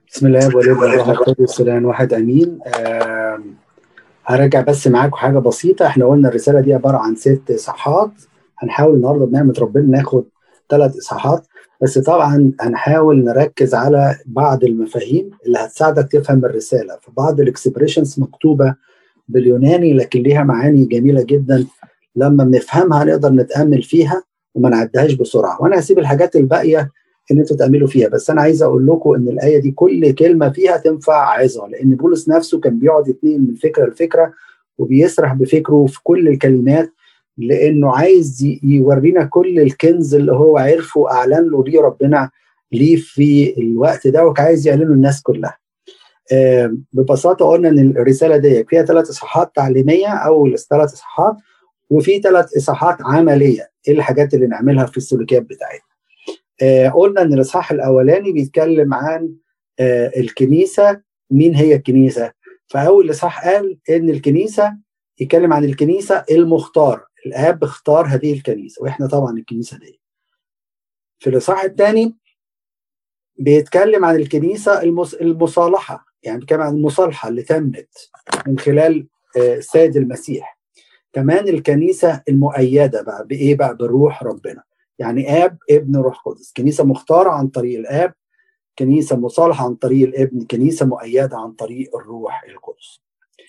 بسم الله والابن والروح القدس الان واحد امين. هراجع بس معاكم حاجه بسيطه. احنا قلنا الرساله دي عباره عن 6 اصحاحات. هنحاول النهارده بنعمه ربنا ناخد 3 اصحاحات بس. طبعا هنحاول نركز على بعض المفاهيم اللي هتساعدك تفهم الرساله. في بعض الاكسبريشنز مكتوبه باليوناني لكن ليها معاني جميله جدا، لما بنفهمها نقدر نتامل فيها وما نعديهاش بسرعه. وانا هسيب الحاجات الباقيه ان انتوا تعملوا فيها، بس انا عايز اقول لكم ان الايه دي كل كلمه فيها تنفع عظه، لان بولس نفسه كان بيقعد يتنقل من فكره لفكره وبيسرح بفكره في كل الكلمات، لانه عايز يورينا كل الكنز اللي هو عرفه واعلن له ليه ربنا ليه في الوقت ده، وعايز يعلنه الناس كلها. ببساطه قلنا ان الرساله دي فيها 3 اصحاحات تعليميه، اول 3 اصحاحات، وفي 3 اصحاحات عمليه، ايه الحاجات اللي نعملها في السلوكيات بتاعتنا. قلنا ان الاصحاح الاولاني بيتكلم عن الكنيسه. مين هي الكنيسه؟ فاول اصحاح قال ان الكنيسه، يتكلم عن الكنيسه المختار، الاب اختار هذه الكنيسه واحنا طبعا الكنيسه دي. في الاصحاح الثاني بيتكلم عن الكنيسه المصالحه، يعني بيتكلم عن المصالحه اللي تمت من خلال السيد المسيح. كمان الكنيسه المؤيده بقى بايه؟ بقى بروح ربنا، يعني اب ابن روح قدس. كنيسه مختاره عن طريق الاب، كنيسه مصالحه عن طريق الابن، كنيسه مؤيده عن طريق الروح القدس.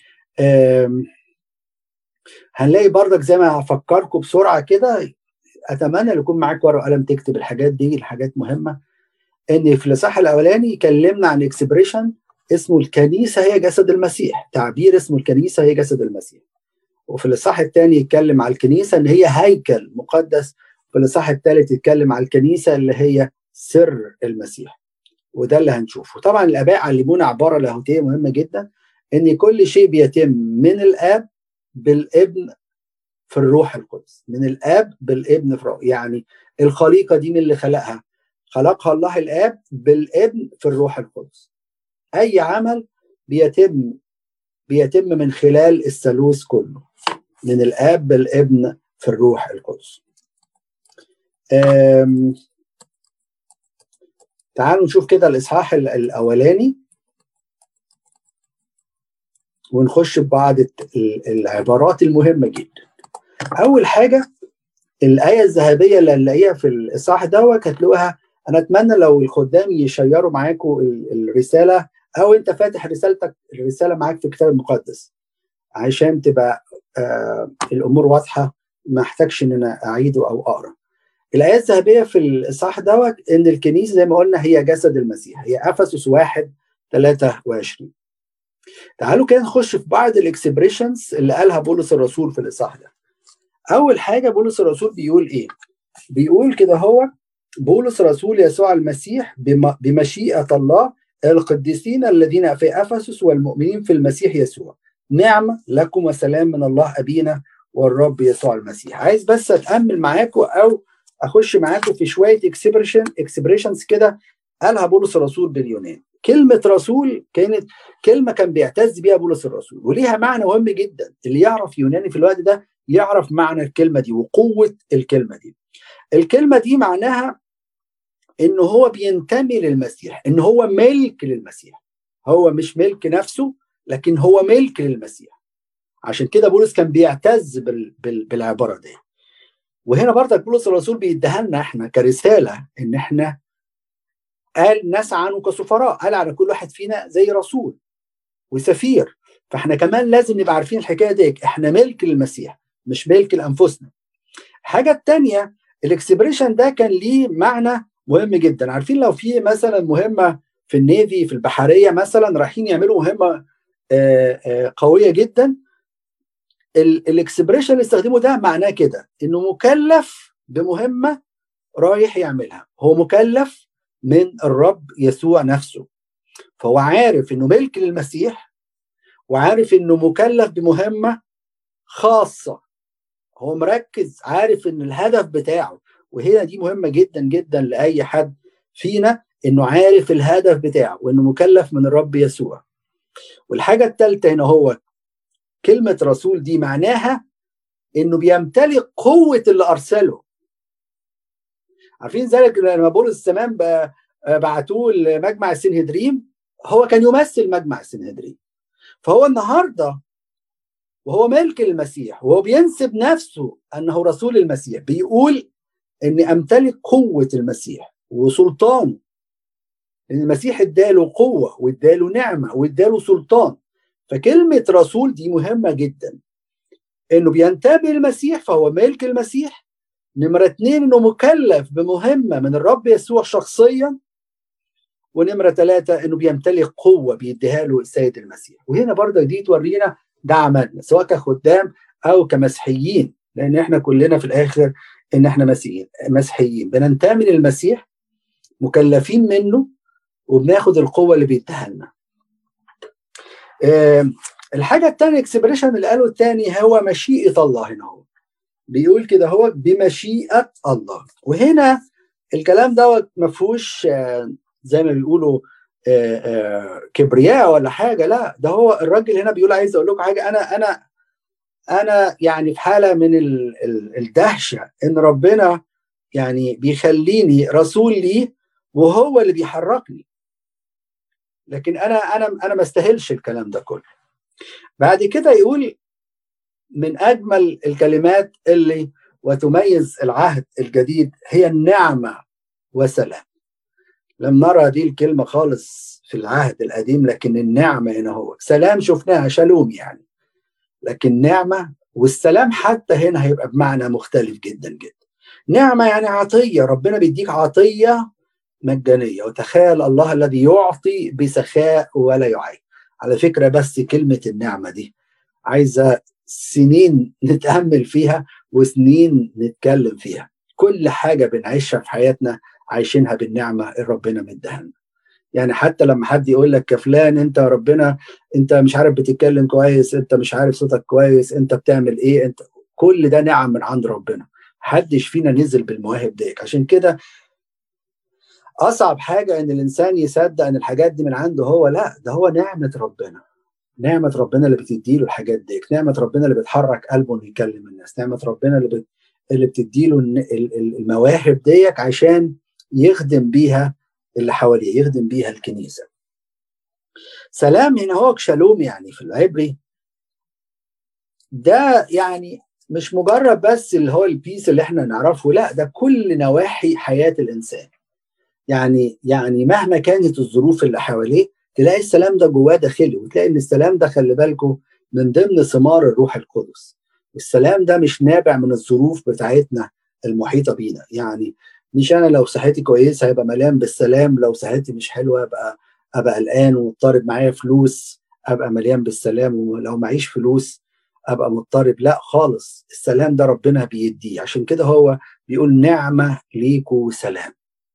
هنلاقي برضك زي ما هفكركم بسرعه كده، اتمنى يكون معاك ورقه وقلم تكتب الحاجات دي، الحاجات مهمه. ان في الاصحاح الاولاني كلمنا عن اكسبريشن اسمه الكنيسه هي جسد المسيح، تعبير اسمه الكنيسه هي جسد المسيح. وفي الاصحاح الثاني يتكلم على الكنيسه ان هي هيكل مقدس. في الاصحاح الثالث يتكلم على الكنيسه اللي هي سر المسيح، وده اللي هنشوفه. طبعا الاباء علمونا عباره لاهوتيه مهمه جدا، ان كل شيء بيتم من الاب بالابن في الروح القدس، من الاب بالابن في الروح. يعني الخليقه دي من اللي خلقها؟ خلقها الله الاب بالابن في الروح القدس. اي عمل بيتم من خلال الثالوث كله، من الاب بالابن في الروح القدس. تعالوا نشوف كده الاصحاح الاولاني ونخش ببعض العبارات المهمه جدا. اول حاجه الايه الذهبيه اللي هنلاقيها في الاصحاح دوت هتلاقوها. انا اتمنى لو الخدام يشيروا معاكم الرساله، او انت فاتح الرساله معاك في الكتاب المقدس عشان تبقى الامور واضحه، ما احتاجش ان انا اعيده او اقرا. الايه الذهبيه في الاصحاح دوت ان الكنيسه زي ما قلنا هي جسد المسيح، هي افسس 1:23. تعالوا كده نخش في بعض الاكسبريشنز اللي قالها بولس الرسول في الاصحاح ده. اول حاجه بولس الرسول بيقول ايه؟ بيقول كده، هو بولس رسول يسوع المسيح بمشيئه الله القديسين الذين في افسس والمؤمنين في المسيح يسوع، نعمه لكم وسلام من الله ابينا والرب يسوع المسيح. عايز بس اتامل معاكم او اخش معاكم في شويه اكسبريشنز كده قالها بولس الرسول باليوناني. كلمه رسول كانت كلمه كان بيعتز بيها بولس الرسول، وليها معنى مهم جدا. اللي يعرف يوناني في الوقت ده يعرف معنى الكلمه دي وقوه الكلمه دي. الكلمه دي معناها انه هو بينتمي للمسيح، ان هو ملك للمسيح. هو مش ملك نفسه لكن هو ملك للمسيح. عشان كده بولس كان بيعتز بالعباره دي. وهنا برضك بولس الرسول بيديها لنا احنا كرساله، ان احنا قال نسعى عنه كسفراء، قال على كل واحد فينا زي رسول وسفير. فاحنا كمان لازم نبقى عارفين الحكايه دي، احنا ملك للمسيح مش ملك لانفسنا. الحاجه الثانيه، الاكسبريشن ده كان ليه معنى مهم جدا. عارفين لو في مثلا مهمه في النيفي في البحريه مثلا، رايحين يعملوا مهمه قويه جدا، الاكسبريشن اللي استخدمه ده معناه كده انه مكلف بمهمه رايح يعملها. هو مكلف من الرب يسوع نفسه، فهو عارف انه ملك للمسيح وعارف انه مكلف بمهمه خاصه. هو مركز، عارف ان الهدف بتاعه، وهنا دي مهمه جدا جدا لاي حد فينا، انه عارف الهدف بتاعه وانه مكلف من الرب يسوع. والحاجه الثالثه هنا، هو كلمه رسول دي معناها انه بيمتلك قوه اللي ارسله. عارفين ذلك لما بولس زمان بعتوه لمجمع السنهدريم، هو كان يمثل مجمع السنهدرين. فهو النهارده وهو ملك المسيح وهو بينسب نفسه انه رسول المسيح، بيقول اني امتلك قوه المسيح وسلطانه. ان المسيح اداله قوه واداله نعمه واداله سلطان. فكلمه رسول دي مهمه جدا، انه بينتمي للمسيح فهو ملك المسيح. نمره 2 انه مكلف بمهمه من الرب يسوع شخصيا. ونمره 3 انه بيمتلك قوه بيديها له السيد المسيح. وهنا برضه دي تورينا ده عملنا سواء كخدام او كمسيحيين، لان احنا كلنا في الاخر ان احنا مسيحيين بننتمي للمسيح، مكلفين منه، وبناخد القوه اللي بيديها لنا. الحاجه الثانيه اكسبريشن اللي قاله الثاني هو مشيئه الله. هنا هو بيقول كده هو بمشيئه الله. وهنا الكلام دوت ما فيهوش زي ما بيقولوا كبرياء ولا حاجه، لا، ده هو الراجل هنا بيقول عايز اقول لكم حاجه. انا يعني في حاله من الدهشه ان ربنا يعني بيخليني رسول ليه وهو اللي بيحركني. لكن انا ما استاهلش الكلام ده كله. بعد كده يقول من اجمل الكلمات اللي وتميز العهد الجديد هي النعمه والسلام. لم نرى دي الكلمه خالص في العهد القديم، لكن النعمه هنا هو سلام شفناها شالوم يعني، لكن نعمه والسلام حتى هنا هيبقى بمعنى مختلف جدا جدا. نعمه يعني عطيه، ربنا بيديك عطيه مجانيه. وتخيل الله الذي يعطي بسخاء ولا يعيب. على فكره بس كلمه النعمه دي عايزه سنين نتامل فيها وسنين نتكلم فيها. كل حاجه بنعيشها في حياتنا عايشينها بالنعمه اللي ربنا مديها لنا. يعني حتى لما حد يقول لك يا فلان انت ربنا انت مش عارف بتتكلم كويس، انت مش عارف صوتك كويس، انت بتعمل ايه، انت كل ده نعم من عند ربنا. محدش فينا نزل بالمواهب ديك. عشان كده اصعب حاجه ان الانسان يصدق ان الحاجات دي من عنده هو، لا، ده هو نعمه ربنا. نعمه ربنا اللي بتديله الحاجات ديك، نعمه ربنا اللي بتحرك قلبه انه يكلم الناس، نعمه ربنا اللي بتديله المواهب ديك عشان يخدم بيها اللي حواليه، يخدم بيها الكنيسه. سلام هنا هو شالوم يعني في العبري، ده يعني مش مجرد بس اللي هو البيس اللي احنا نعرفه، لا، ده كل نواحي حياه الانسان. يعني مهما كانت الظروف اللي حواليه تلاقي السلام ده جواه داخلي. وتلاقي ان السلام ده خلي بالكم من ضمن ثمار الروح القدس. السلام ده مش نابع من الظروف بتاعتنا المحيطه بينا. يعني مش انا لو صحتي كويسه هيبقى مليان بالسلام، لو صحتي مش حلوه ابقى قلقان ومضطرب، معايا فلوس ابقى مليان بالسلام، ولو معيش فلوس ابقى مضطرب. لا خالص، السلام ده ربنا بيديه. عشان كده هو بيقول نعمه ليكوا سلام.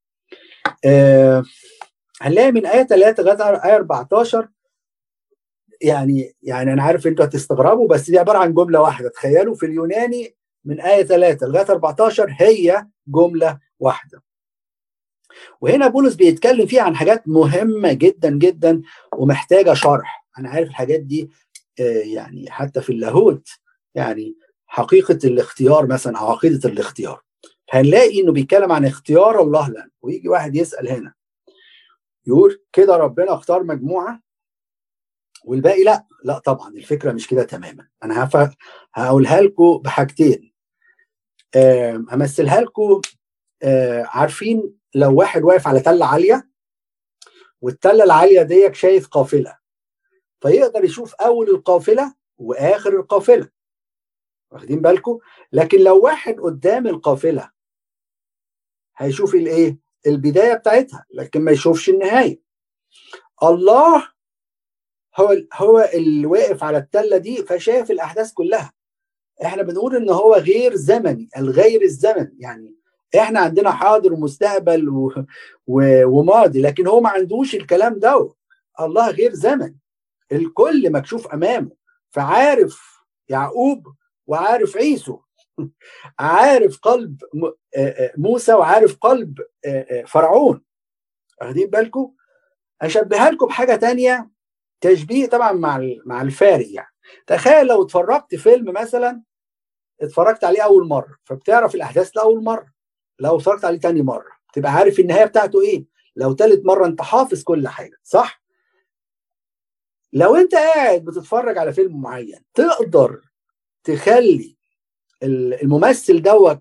هنلاقي من آية 3 لغاية آية 14 يعني أنا عارف أنتوا هتستغربوا، بس دي عبارة عن جملة واحدة. تخيلوا في اليوناني من آية 3 لغاية 14 هي جملة واحدة. وهنا بولس بيتكلم فيها عن حاجات مهمة جدا جدا ومحتاجة شرح. أنا عارف الحاجات دي يعني حتى في اللاهوت يعني حقيقة الاختيار مثلا أو عقيدة الاختيار، هنلاقي إنه بيتكلم عن اختيار الله لنا. ويجي واحد يسأل هنا يقول كده ربنا اختار مجموعة والباقي لا طبعا الفكرة مش كده تماما. أنا هقولها لكم بحاجتين، همثلها لكم. عارفين لو واحد واقف على تلة عالية والتلة العالية دي شايف قافلة، فيقدر يشوف أول القافلة وآخر القافلة، واخدين بالكم؟ لكن لو واحد قدام القافلة هيشوف الإيه؟ البداية بتاعتها لكن ما يشوفش النهاية. الله هو اللي واقف على التلة دي فشاف الأحداث كلها. احنا بنقول ان هو غير زمني، الغير الزمن. يعني احنا عندنا حاضر ومستقبل وماضي، لكن هو ما عندوش الكلام ده. الله غير زمن، الكل مكشوف امامه. فعارف يعقوب وعارف عيسو عارف قلب موسى وعارف قلب فرعون، واخدين بالكم؟ اشبهها لكم بحاجه تانية، تشبيه طبعا مع الفارق. يعني تخيل لو اتفرجت فيلم مثلا، اتفرجت عليه اول مره فبتعرف الاحداث لاول مره، لو اتفرجت عليه تاني مره تبقى عارف النهايه بتاعته ايه، لو تالت مره انت حافظ كل حاجه، صح؟ لو انت قاعد بتتفرج على فيلم معين تقدر تخلي الممثل دوت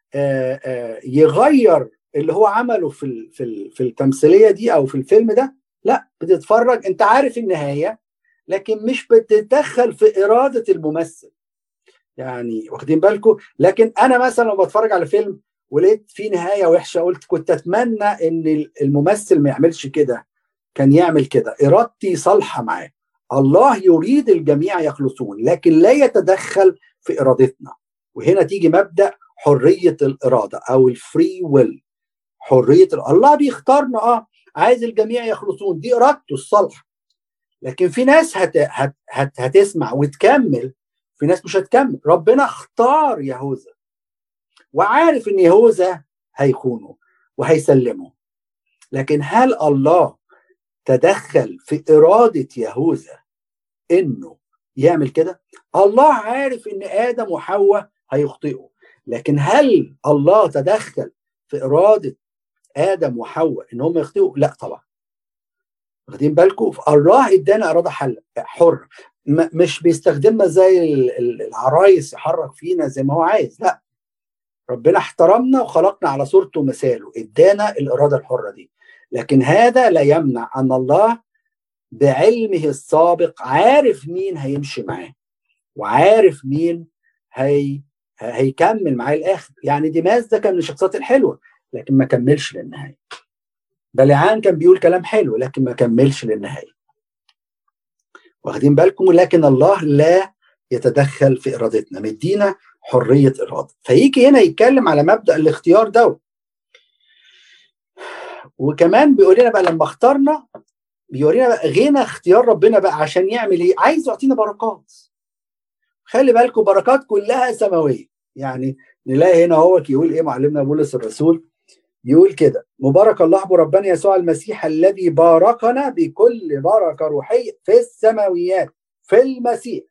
يغير اللي هو عمله في التمثيليه دي او في الفيلم ده؟ لا، بتتفرج انت عارف النهايه لكن مش بتتدخل في اراده الممثل. يعني واخدين بالكم؟ لكن انا مثلا لو بتفرج على فيلم ولقيت فيه نهايه وحشه، قلت كنت اتمنى ان الممثل ما يعملش كده، كان يعمل كده، ارادتي صالحه معاه. الله يريد الجميع يخلصون لكن لا يتدخل في ارادتنا. وهنا تيجي مبدا حريه الاراده او الفري ويل. حريه الله بيختارنا، عايز الجميع يخلصون، دي ارادته الصالحه. لكن في ناس هتسمع وتكمل، في ناس مش هتكمل. ربنا اختار يهوذا وعارف ان يهوذا هيخونه وهيسلمه، لكن هل الله تدخل في إرادة يهوذا إنه يعمل كده؟ الله عارف إن آدم وحواء هيخطئوا، لكن هل الله تدخل في إرادة آدم وحواء إن هم يخطئوا؟ لا طبعا. واخدين بالكم؟ الله ادانا إرادة حرة، مش بيستخدمنا زي العرايس يحرك فينا زي ما هو عايز، لا. ربنا احترمنا وخلقنا على صورته ومثاله، ادانا الإرادة الحرة دي. لكن هذا لا يمنع أن الله بعلمه السابق عارف مين هيمشي معاه وعارف مين هيكمل معاه الاخر. يعني ديماس ده كان من الشخصيات الحلوه لكن ما كملش للنهايه. بلعام كان بيقول كلام حلو لكن ما كملش للنهايه. واخدين بالكم؟ لكن الله لا يتدخل في ارادتنا، مدينا حريه اراده. فيجي هنا يتكلم على مبدا الاختيار ده، وكمان بيقول لنا بقى لما اخترنا بيورينا بقى غنى اختيار ربنا بقى عشان يعمل ايه؟ عايز يعطينا بركات. خلي بالكم بركات كلها سماويه. يعني نلاقي هنا هو يقول ايه معلمنا بولس الرسول؟ يقول كده: مبارك الله بربنا يسوع المسيح الذي باركنا بكل بركه روحيه في السماويات في المسيح.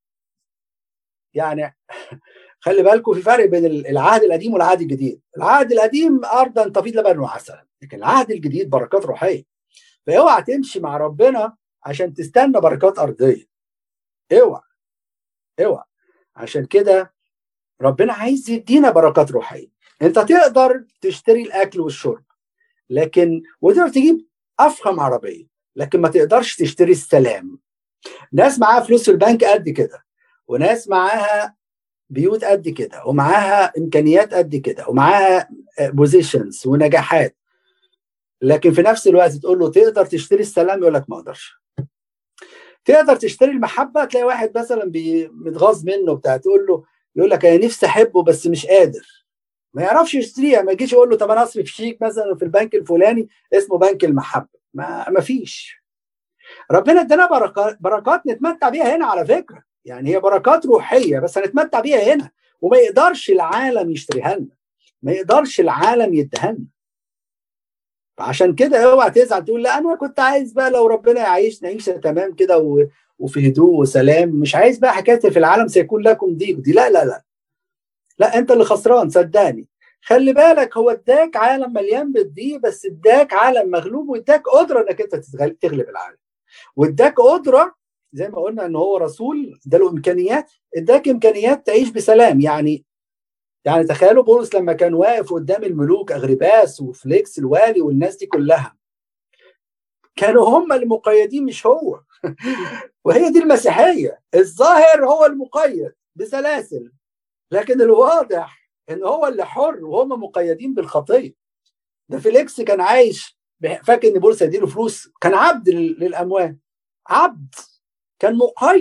يعني خلي بالكم في فرق بين العهد القديم والعهد الجديد. العهد القديم ارضا تفيض لبن وعسل، لكن العهد الجديد بركات روحيه. فاوعى تمشي مع ربنا عشان تستنى بركات ارضيه. اوعى. عشان كده ربنا عايز يدينا بركات روحيه. انت تقدر تشتري الاكل والشرب، لكن وتقدر تجيب افخم عربيه، لكن ما تقدرش تشتري السلام. ناس معاها فلوس في البنك قد كده، وناس معاها بيوت قد كده، ومعاها امكانيات قد كده، ومعاها بوزيشنز ونجاحات، لكن في نفس الوقت تقول له تقدر تشتري السلام، يقول لك ما اقدرش. تقدر تشتري المحبه، تلاقي واحد مثلا متغاظ منه بتاع، تقول له يقول لك انا نفسي احبه بس مش قادر، ما يعرفش يشتريها. ما يجيش يقول له طب انا اصرف شيك مثلا في البنك الفلاني اسمه بنك المحبه، ما فيش. ربنا ادانا بركات نتمتع بيها هنا على فكره. يعني هي بركات روحيه بس هنتمتع بيها هنا، وما يقدرش العالم يشتريها لنا، ما يقدرش العالم يديها لنا. فعشان كده اوعى تزعل تقول لا انا كنت عايز بقى لو ربنا يعيشنا عيشه تمام كده وفي هدوء وسلام، مش عايز بقى حكايه في العالم سيكون لكم ضيق دي. لا لا لا لا، انت اللي خسران صدقني. خلي بالك هو اداك عالم مليان بالضيق، بس اداك عالم مغلوب، واداك قدره انك انت تغلب العالم، واداك قدره زي ما قلنا ان هو رسول اداله امكانيات، اداك امكانيات تعيش بسلام. يعني تخيلوا بولس لما كان واقف قدام الملوك اغرباس وفليكس الوالي والناس دي كلها، كانوا هم المقيدين مش هو. وهي دي المسيحيه، الظاهر هو المقيد بسلاسل، لكن الواضح ان هو اللي حر وهم مقيدين بالخطيه. ده فيليكس كان عايش فاكر ان بولس هيديله فلوس، كان عبد للاموال، عبد، كان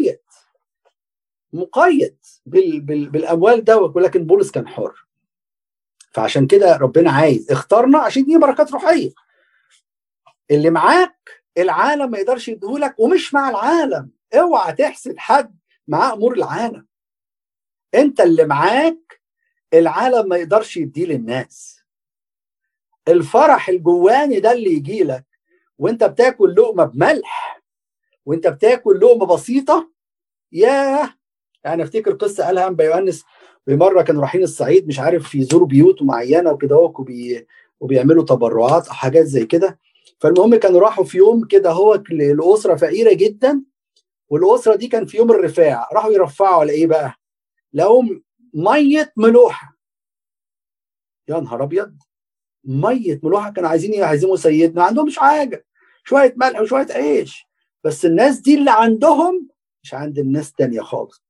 مقيد بالاموال ده، ولكن بولس كان حر. فعشان كده ربنا عايز اختارنا عشان دي بركات روحيه. اللي معاك العالم ما يقدرش يديهولك، ومش مع العالم. اوعى تحسد حد مع امور العالم. انت اللي معاك العالم ما يقدرش يديه للناس. الفرح الجواني ده اللي يجي لك وانت بتاكل لقمه بملح، وانت بتاكل لقمه بسيطه، ياه. يعني افتكر قصه قالها انبا يوحنس، بمره كانوا رايحين الصعيد مش عارف يزوروا بيوت معينه وكده، وبيعملوا تبرعات او حاجات زي كده. فالمهم كانوا راحوا في يوم كده هو لاسره فقيره جدا، والاسره دي كان في يوم الرفاع راحوا يرفعوا على ايه بقى؟ لقوا ميه ملوحه. يا نهار ابيض، ميه ملوحه. كانوا عايزين يعزموا سيدنا، ما عندهمش حاجه، شويه ملح وشويه عيش. بس الناس دي اللي عندهم مش عند الناس تانية خالص.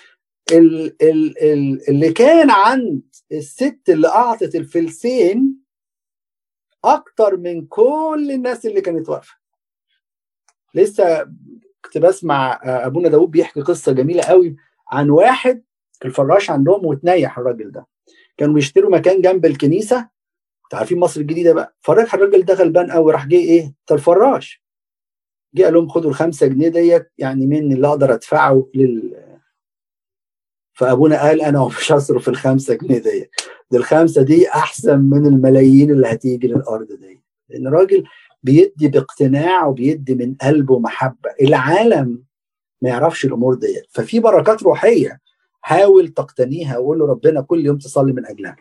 اللي كان عند الست اللي اعطت الفلسين اكتر من كل الناس اللي كانت واقفه. لسه كنت بسمع ابونا داود بيحكي قصه جميله قوي عن واحد الفراش عندهم وتنيح الراجل ده. كانوا بيشتروا مكان جنب الكنيسه، انتوا عارفين مصر الجديده بقى. فراح الراجل ده غلبان قوي، راح جه ايه ده الفراش، جه قال لهم خدوا ال5 جنيه ديت، يعني مين اللي اقدر ادفعه فابونا قال انا مش هصرف ال5 جنيه ديت، دي ال5 دي احسن من الملايين اللي هتيجي للارض دي. لان الراجل بيدي باقتناع وبيدي من قلبه محبه. العالم ما يعرفش الامور ديت. ففي بركات روحيه حاول تقتنيها وقول له ربنا كل يوم تصلي من اجلها.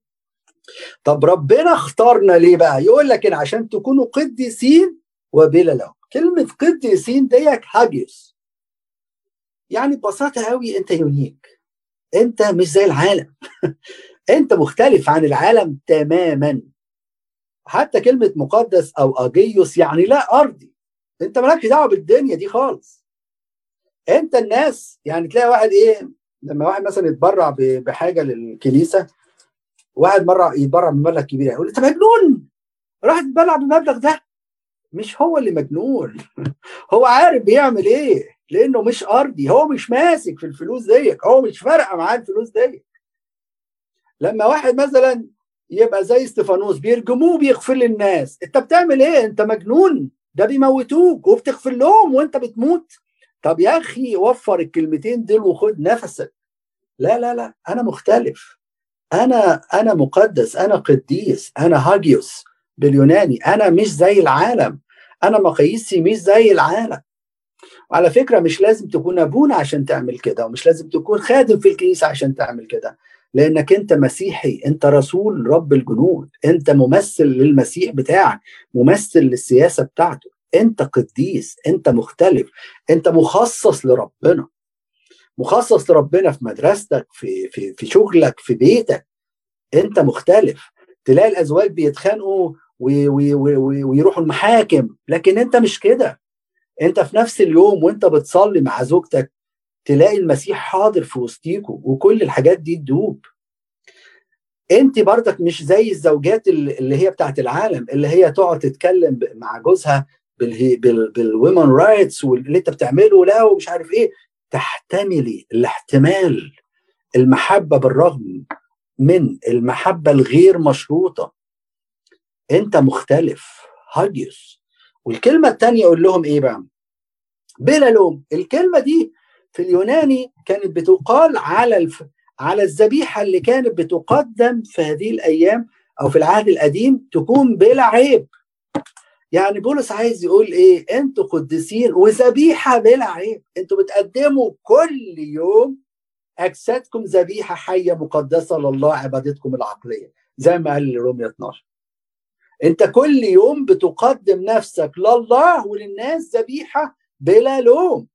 طب ربنا اختارنا ليه بقى؟ يقول لك إن عشان تكونوا قديسين وبلا لوم. كلمه قديسين ديت هاجيوس، يعني ببساطه قوي انت يونيك، انت مش زي العالم انت مختلف عن العالم تماما. حتى كلمه مقدس او اجيوس يعني لا ارضي، انت مالكش دعوه بالدنيا دي خالص. انت الناس يعني تلاقي واحد ايه، لما واحد مثلا يتبرع بحاجه للكنيسه، واحد مره يتبرع بمبلغ كبير يقول انت مجنون راح تتبرع بالمبلغ ده. مش هو اللي مجنون هو عارف بيعمل ايه، لانه مش ارضي، هو مش ماسك في الفلوس ديك، هو مش فارقه معاه الفلوس ديك. لما واحد مثلا يبقى زي استفانوس بيرجموه بيغفر للناس، انت بتعمل ايه؟ انت مجنون، ده بيموتوك وبتغفر لهم وانت بتموت. طب يا اخي وفر الكلمتين دول وخد نفسك. لا لا لا، انا مختلف، انا مقدس، انا قديس، انا هاجيوس باليوناني، انا مش زي العالم، انا مقاييسي مش زي العالم. وعلى فكره مش لازم تكون ابونا عشان تعمل كده، ومش لازم تكون خادم في الكنيسه عشان تعمل كده، لانك انت مسيحي، انت رسول رب الجنود، انت ممثل للمسيح بتاعك، ممثل للسياسه بتاعته، انت قديس، انت مختلف، انت مخصص لربنا، مخصص لربنا في مدرستك، في شغلك، في بيتك، انت مختلف. تلاقي الازواج بيتخانقوا ويروحوا المحاكم، لكن انت مش كده. انت في نفس اليوم وانت بتصلي مع زوجتك تلاقي المسيح حاضر في وسطيكوا، وكل الحاجات دي تدوب. انت برضك مش زي الزوجات اللي هي بتاعت العالم، اللي هي تقعد تتكلم مع جوزها بالومن رايتس واللي انت بتعمله لا ومش عارف ايه. تحتملي الاحتمال، المحبة بالرغم من المحبة الغير مشروطة. انت مختلف، هاجيوس. والكلمة الثانية يقول لهم ايه بقى؟ بلا لوم. الكلمة دي في اليوناني كانت بتقال على الذبيحة اللي كانت بتقدم في هذه الأيام أو في العهد القديم تكون بلا عيب. يعني بولس عايز يقول إيه؟ أنتوا قديسين وذبيحة بلا عيب، أنتوا بتقدموا كل يوم أجسادكم ذبيحة حية مقدسة لله عبادتكم العقلية، زي ما قال رومية 12. أنت كل يوم بتقدم نفسك لله وللناس ذبيحة بلا لوم.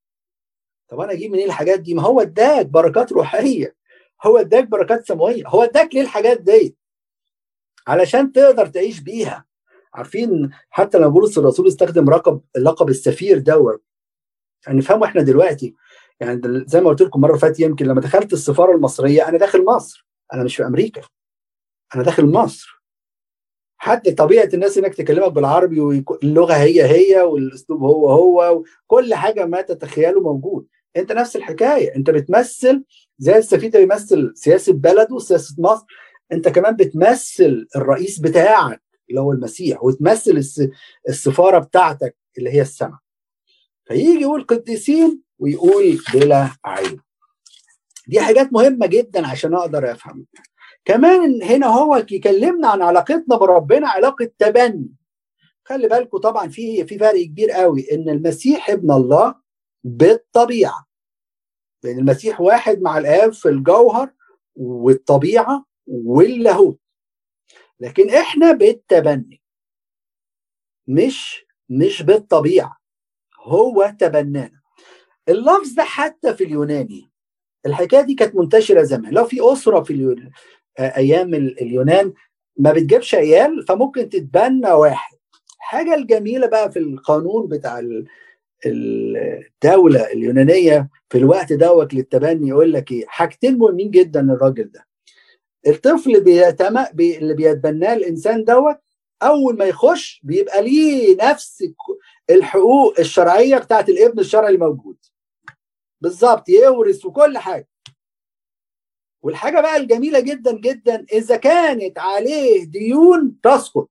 طب انا اجيب منين الحاجات دي؟ ما هو اداك بركات روحيه، هو اداك بركات سماويه، هو اداك ليه الحاجات دي؟ علشان تقدر تعيش بيها. عارفين حتى لما بولس الرسول استخدم لقب السفير دوت، يعني نفهمه احنا دلوقتي. يعني زي ما قلت لكم مره فاتت، يمكن لما دخلت السفاره المصريه انا داخل مصر، انا مش في امريكا، انا داخل مصر. حتى طبيعه الناس انك تكلمك بالعربي واللغه هي والاسلوب هو وكل حاجه ما تتخيله موجود. انت نفس الحكايه، انت بتمثل زي السفير بيمثل سياسه بلده وسياسه مصر، انت كمان بتمثل الرئيس بتاعك اللي هو المسيح، وتمثل السفاره بتاعتك اللي هي السماء. فيجي يقول قديسين ويقول بلا عيب. دي حاجات مهمه جدا عشان اقدر افهم. كمان هنا هو يكلمنا عن علاقتنا بربنا علاقه تبني. خلي بالكم طبعا في فرق كبير قوي ان المسيح ابن الله بالطبيعه، لان المسيح واحد مع الاب في الجوهر والطبيعه واللاهوت، لكن احنا بالتبني، مش بالطبيعه، هو تبنانا. اللفظ ده حتى في اليوناني الحكايه دي كانت منتشره زمان. لو في اسره في ايام اليونان ما بتجيبش عيال فممكن تتبنى واحد. الحاجه الجميله بقى في القانون بتاع الدوله اليونانيه في الوقت دوت للتبني يقول لك ايه، حاجتين مهمين جدا للراجل ده. الطفل اللي بيتبناه الانسان دوت اول ما يخش بيبقى ليه نفس الحقوق الشرعيه بتاعت الابن الشرعي الموجود بالظبط، يورث وكل حاجه. والحاجه بقى الجميله جدا جدا، اذا كانت عليه ديون تسقط.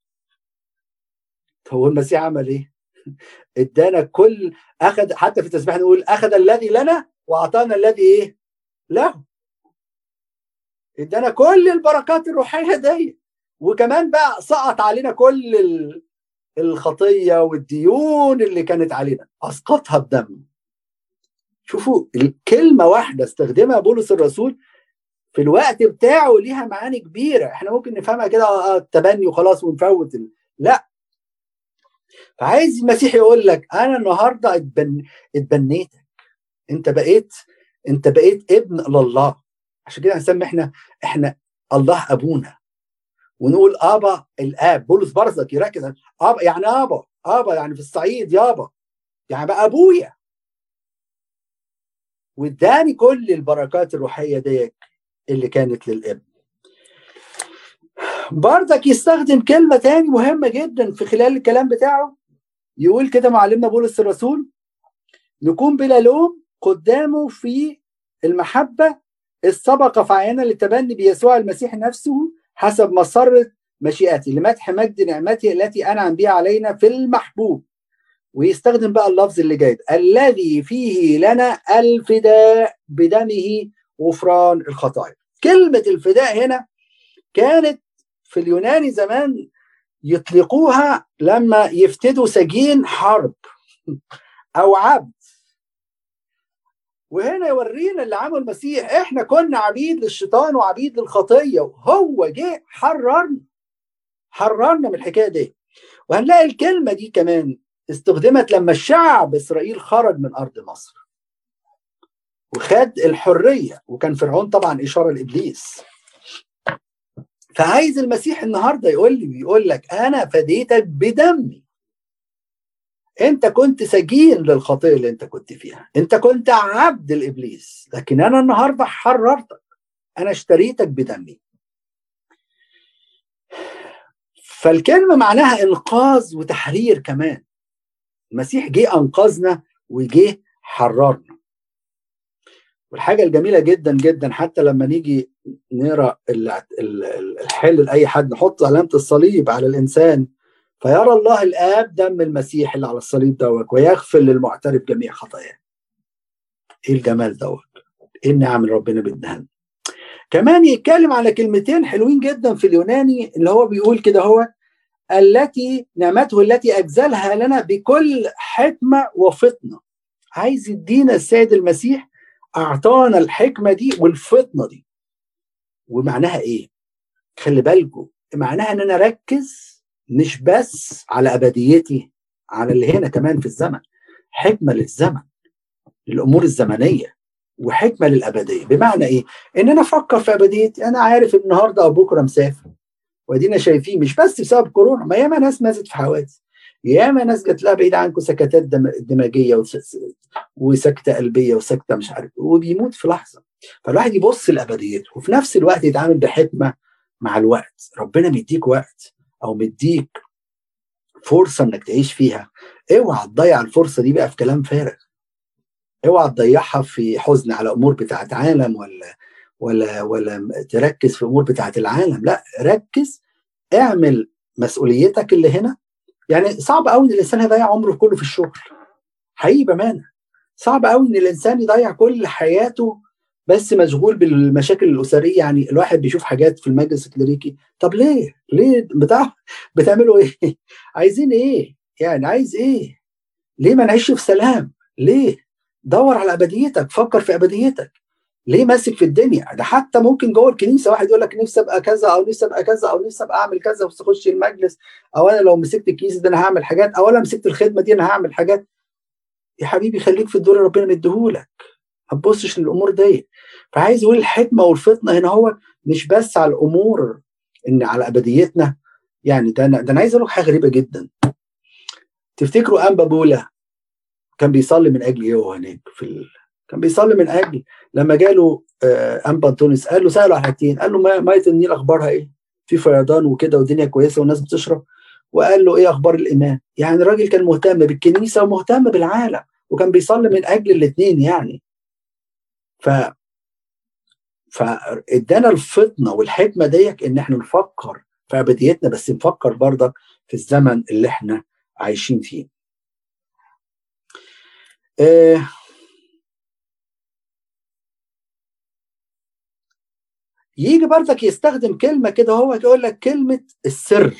هو المسيح عمل ايه؟ ادانا كل، اخذ، حتى في التسبيح نقول اخذ الذي لنا واعطانا الذي ايه له. ادانا كل البركات الروحيه دي، وكمان بقى سقط علينا كل الخطيه والديون اللي كانت علينا اسقطها بدم. شوفوا الكلمه واحده استخدمها بولس الرسول في الوقت بتاعه ليها معاني كبيره. احنا ممكن نفهمها كده التبني وخلاص ونفوت لا. فعايز المسيح يقول لك انا النهارده اتبنيتك، انت بقيت ابن لله. عشان كده هنسمي احنا الله ابونا، ونقول ابا الاب. بولس برضك يركز ابا يعني ابا يعني في الصعيد يابا، يعني بقى ابويا، واداني كل البركات الروحيه ديت اللي كانت للابن. برضك يستخدم كلمه تاني مهمه جدا في خلال الكلام بتاعه، يقول كده معلمنا بولس الرسول نكون بلا لوم قدامه في المحبه السابقه فعينا للتبني بيسوع المسيح نفسه حسب مسرة مشيئتي لمدح مجد نعمته التي انعم بها علينا في المحبوب. ويستخدم بقى اللفظ اللي جاي الذي فيه لنا الفداء بدمه غفران الخطايا. كلمة الفداء هنا كانت في اليوناني زمان يطلقوها لما يفتدوا سجين حرب او عبد. وهنا يورينا اللي عمله المسيح، احنا كنا عبيد للشيطان وعبيد للخطيه، وهو جه حررنا من الحكايه دي. وهنلاقي الكلمه دي كمان استخدمت لما الشعب اسرائيل خرج من ارض مصر وخد الحريه، وكان فرعون طبعا اشاره لابليس. فعايز المسيح النهارده يقول لك انا فديتك بدمي. انت كنت سجين للخطيه اللي انت كنت فيها، انت كنت عبد الابليس، لكن انا النهارده حررتك، انا اشتريتك بدمي. فالكلمه معناها انقاذ وتحرير كمان. المسيح جه انقذنا وجه حررنا. والحاجه الجميله جدا جدا حتى لما نيجي نقرا الحل لاي حد نحط علامه الصليب على الانسان فيرى الله الآب دم المسيح اللي على الصليب دوت ويغفر للمعترف جميع خطاياه. ايه الجمال دوت، ايه النعم اللي ربنا بيديها. كمان يتكلم على كلمتين حلوين جدا في اليوناني اللي هو بيقول كده، هو التي نعمته التي اجزلها لنا بكل حكمه وفطنه. عايز يدينا السيد المسيح اعطانا الحكمه دي والفطنه دي. ومعناها ايه؟ خلي بالكم، معناها ان انا اركز مش بس على ابديتي، على اللي هنا كمان في الزمن. حكمه للزمن، للامور الزمنيه، وحكمه للابديه. بمعنى ايه؟ ان انا افكر في ابديتي. انا عارف النهارده او بكره مسافر، وادينا شايفين مش بس بسبب كورونا، ما ياما ناس ماتت في حوادث، ياما ناس جات لها بعيد عنكم سكتات دماغيه وسكته قلبيه وسكته مش عارف، وبيموت في لحظه. فالواحد يبص لابديته وفي نفس الوقت يتعامل بحكمه مع الوقت. ربنا مديك وقت او مديك فرصه انك تعيش فيها، اوعى تضيع الفرصه دي بقى في كلام فارغ. اوعى تضيعها في حزن على امور بتاعت عالم ولا تركز في امور بتاعت العالم. لا، ركز، اعمل مسؤوليتك اللي هنا. يعني صعب قوي ان الانسان يضيع عمره كله في الشغل، حقيقي بامانه. صعب قوي ان الانسان يضيع كل حياته بس مشغول بالمشاكل الاسريه. يعني الواحد بيشوف حاجات في المجلس الكليريكي، طب ليه بتعملوا ايه؟ عايزين ايه؟ يعني عايز ايه؟ ليه ما نعيش في سلام؟ ليه؟ دور على ابديتك، فكر في ابديتك. ليه ماسك في الدنيا؟ ده حتى ممكن جوه الكنيسه واحد يقول لك نفسي ابقى كذا او نفسي ابقى كذا او نفسي ابقى اعمل كذا، بس اخش المجلس، او انا لو مسكت الكنيسه دي انا هعمل حاجات، او انا مسكت الخدمه دي انا هعمل حاجات. يا حبيبي خليك في الدور اللي ربنا مديهولك، ما تبصش للامور دي. فعايز يقول الحكمه والفطنه هنا هو مش بس على الامور ان على ابديتنا. يعني ده انا عايز اقول لك حاجه غريبه جدا. تفتكروا انبا بولا كان بيصلي من اجل ايه وهو هناك كان بيصلي من اجل لما جاله انبا انطونيوس قال له، ساله على حاجتين، قال له ميه النيل اخبارها ايه؟ في فيضان وكده والدنيا كويسه والناس بتشرب، وقال له ايه اخبار الايمان؟ يعني الراجل كان مهتم بالكنيسه ومهتم بالعالم، وكان بيصلي من اجل الاثنين يعني. فادانا الفطنه والحكمه ديت ان احنا نفكر في ابديتنا، بس نفكر برضك في الزمن اللي احنا عايشين فيه. يجي برضك يستخدم كلمه كده، هو يقول لك كلمه السر.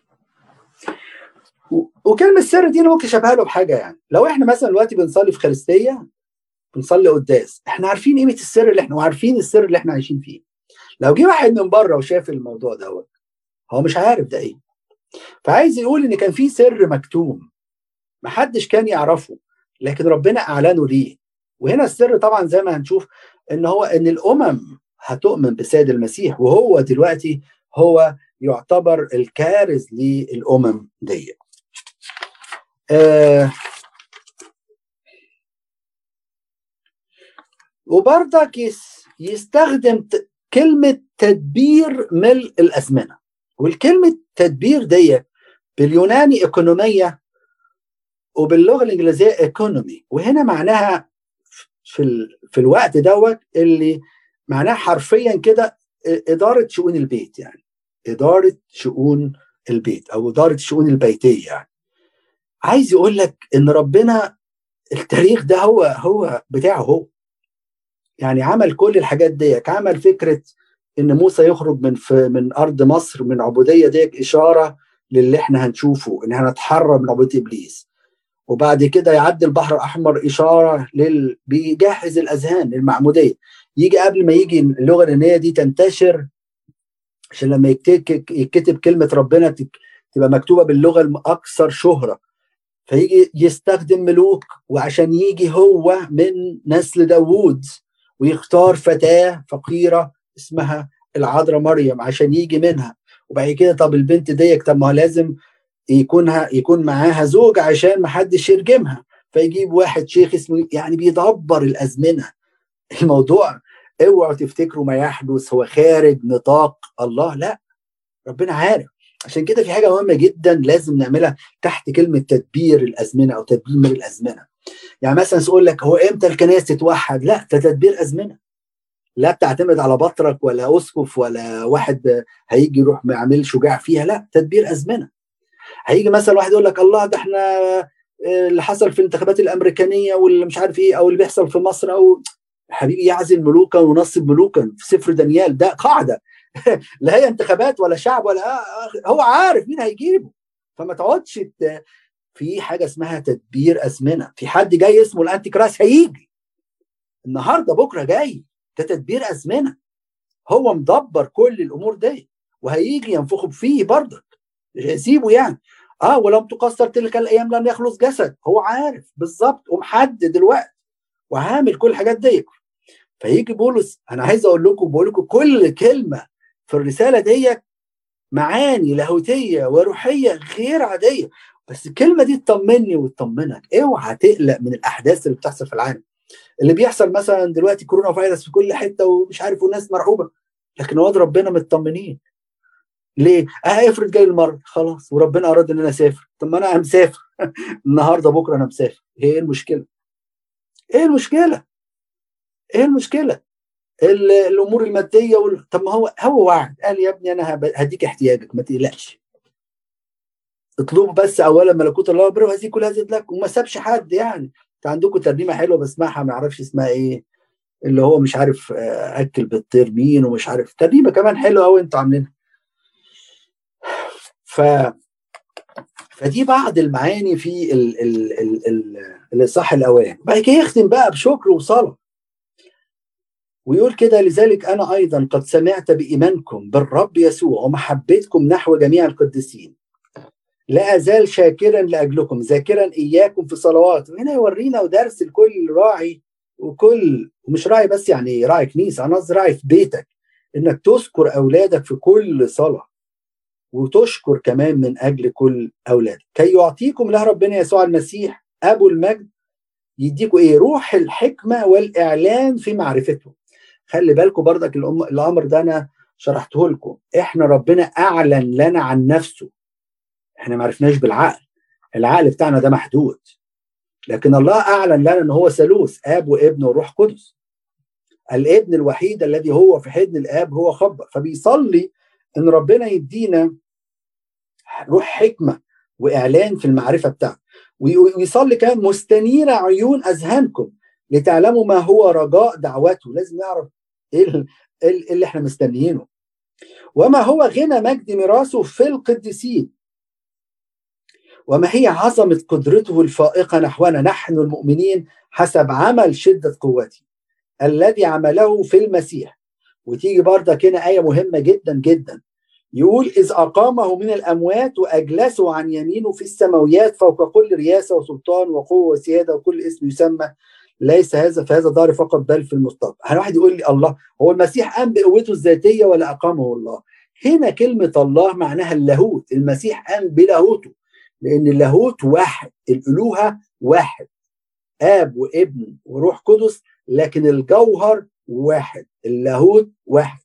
وكلمه السر دي انا ممكن اشبهها له بحاجه. يعني لو احنا مثلا دلوقتي بنصلي في خريستيه، بنصلي قداس، احنا عارفين قيمه السر اللي احنا، وعارفين السر اللي احنا عايشين فيه. لو جه واحد من بره وشاف الموضوع دوت، هو مش عارف ده ايه. فعايز يقول ان كان في سر مكتوم محدش كان يعرفه، لكن ربنا اعلنه ليه. وهنا السر طبعا زي ما هنشوف ان هو ان الامم هتؤمن بسيد المسيح، وهو دلوقتي هو يعتبر الكارز للامم دي. وبرضك يستخدم كلمة تدبير ملء الأزمنة. والكلمة تدبير دي باليوناني إيكونومية، وباللغة الإنجليزية إيكونومي، وهنا معناها في الوقت دوت اللي معناها حرفيا كده إدارة شؤون البيت. يعني إدارة شؤون البيت أو إدارة شؤون البيتية. يعني عايز يقول لك إن ربنا التاريخ ده هو بتاعه هو. يعني عمل كل الحاجات ديك، عمل فكرة ان موسى يخرج من ارض مصر من عبودية ديك اشارة للي احنا هنشوفه، ان احنا نتحرر من عبودية ابليس. وبعد كده يعدي البحر الاحمر اشارة بيجهز الاذهان للمعمودية. يجي قبل ما يجي اللغة اليونانية دي تنتشر، عشان لما يكتب كلمة ربنا تبقى مكتوبة باللغة الاكثر شهرة، فيجي يستخدم ملوك، وعشان يجي هو من نسل داوود ويختار فتاة فقيرة اسمها العذراء مريم عشان يجي منها. وبعد كده طب البنت ديك، طب ما لازم يكون معاها زوج عشان ما حدش يرجمها، فيجيب واحد شيخ اسمه، يعني بيدبر الأزمنة. الموضوع اوعوا تفتكروا ما يحدث هو خارج نطاق الله، لا، ربنا عارف. عشان كده في حاجة مهمة جدا لازم نعملها تحت كلمة تدبير الأزمنة أو تدبير الأزمنة. يعني مثلا يقول لك هو إمتى الكنائس تتوحد؟ لا، ده تدبير أزمنة. لا بتعتمد على بطرك ولا أسقف ولا واحد هيجي يروح يعمل شجاع فيها، لا، تدبير أزمنة. هيجي مثلا واحد يقول لك الله، ده احنا اللي حصل في الانتخابات الأمريكانية واللي مش عارف إيه، أو اللي بيحصل في مصر، أو حبيبي يعزل ملوكا ونصب ملوكا في سفر دانيال، ده قاعدة. لا هي انتخابات ولا شعب ولا هو عارف مين هيجيبه. فما تقعدش في حاجه اسمها تدبير ازمنه. في حد جاي اسمه الانتي كرايست هيجي النهارده بكره جاي، ده تدبير ازمنه. هو مدبر كل الامور دي، وهيجي ينفخ فيه برضك، مش هيسيبه يعني. ولم تقصر تلك الايام لم يخلص جسد. هو عارف بالظبط ومحدد الوقت وعامل كل الحاجات دي. فيجي بولس، انا عايز بقول لكم كل كلمه في الرساله دي معاني لاهوتيه وروحيه غير عاديه. بس الكلمه دي تطمني وتطمنك، اوعى تقلق من الاحداث اللي بتحصل في العالم. اللي بيحصل مثلا دلوقتي كورونا فيروس في كل حته ومش عارف، والناس مرعوبه، لكن واد ربنا مطمنين. ليه؟ افرض جاي المرض، خلاص وربنا اراد ان انا اسافر، طب ما انا مسافر. النهارده بكره انا مسافر، ايه المشكله؟ ايه المشكله؟ ايه المشكله؟ الامور الماديه طب ما هو وعد، قال يا ابني انا هديك احتياجك، ما تقلقش، اطلبوا بس اولا ملكوت الله وبره وهذه كلها زاد لك. وما سابش حد. يعني انت عندكم ترنيمه حلوه بسمعها ما اعرفش اسمها ايه، اللي هو مش عارف اكل بالطير مين، ومش عارف ترنيمه كمان حلوه قوي انتوا عاملينها. فدي بعض المعاني في الاصحاح الاولاني. بعد كده يختم بقى بشكر وصلاه، ويقول كده: لذلك أنا أيضا قد سمعت بإيمانكم بالرب يسوع ومحبتكم نحو جميع القديسين. لا أزال شاكرا لأجلكم ذاكرا إياكم في صلوات. وهنا يورينا ودرس لكل راعي ومش راعي بس، يعني راعي كنيسة، أنا قصدي راعي في بيتك، إنك تذكر أولادك في كل صلاة وتشكر كمان من أجل كل أولادك، كي يعطيكم له ربنا يسوع المسيح أبو المجد يديكوا إيه؟ روح الحكمة والإعلان في معرفته. خلي بالكم برضك الأمر ده أنا شرحته لكم، إحنا ربنا أعلن لنا عن نفسه، إحنا ما عرفناش بالعقل، العقل بتاعنا ده محدود، لكن الله أعلن لنا أنه هو ثالوث، آب وابن وروح قدس. الابن الوحيد الذي هو في حضن الآب هو خبر، فبيصلي أن ربنا يدينا روح حكمة وإعلان في المعرفة بتاعته، ويصلي كمان مستنير عيون أذهانكم لتعلموا ما هو رجاء دعوته. لازم نعرف إيه اللي احنا مستنيينه، وما هو غنى مجد ميراثه في القديسين، وما هي عظمة قدرته الفائقة نحونا نحن المؤمنين حسب عمل شدة قوته الذي عمله في المسيح. وتيجي برضك هنا آية مهمة جدا جدا، يقول إذ أقامه من الأموات وأجلسه عن يمينه في السماويات فوق كل رياسة وسلطان وقوة وسيادة وكل اسم يسمى، ليس هذا في هذا الدار فقط بل في المستقبل. واحد يقول لي الله، هو المسيح قام بقوته الذاتية ولا أقامه الله؟ هنا كلمة الله معناها اللاهوت، المسيح قام بلاهوته، لأن اللاهوت واحد، الألوهة واحد، آب وابن وروح قدس، لكن الجوهر واحد، اللاهوت واحد.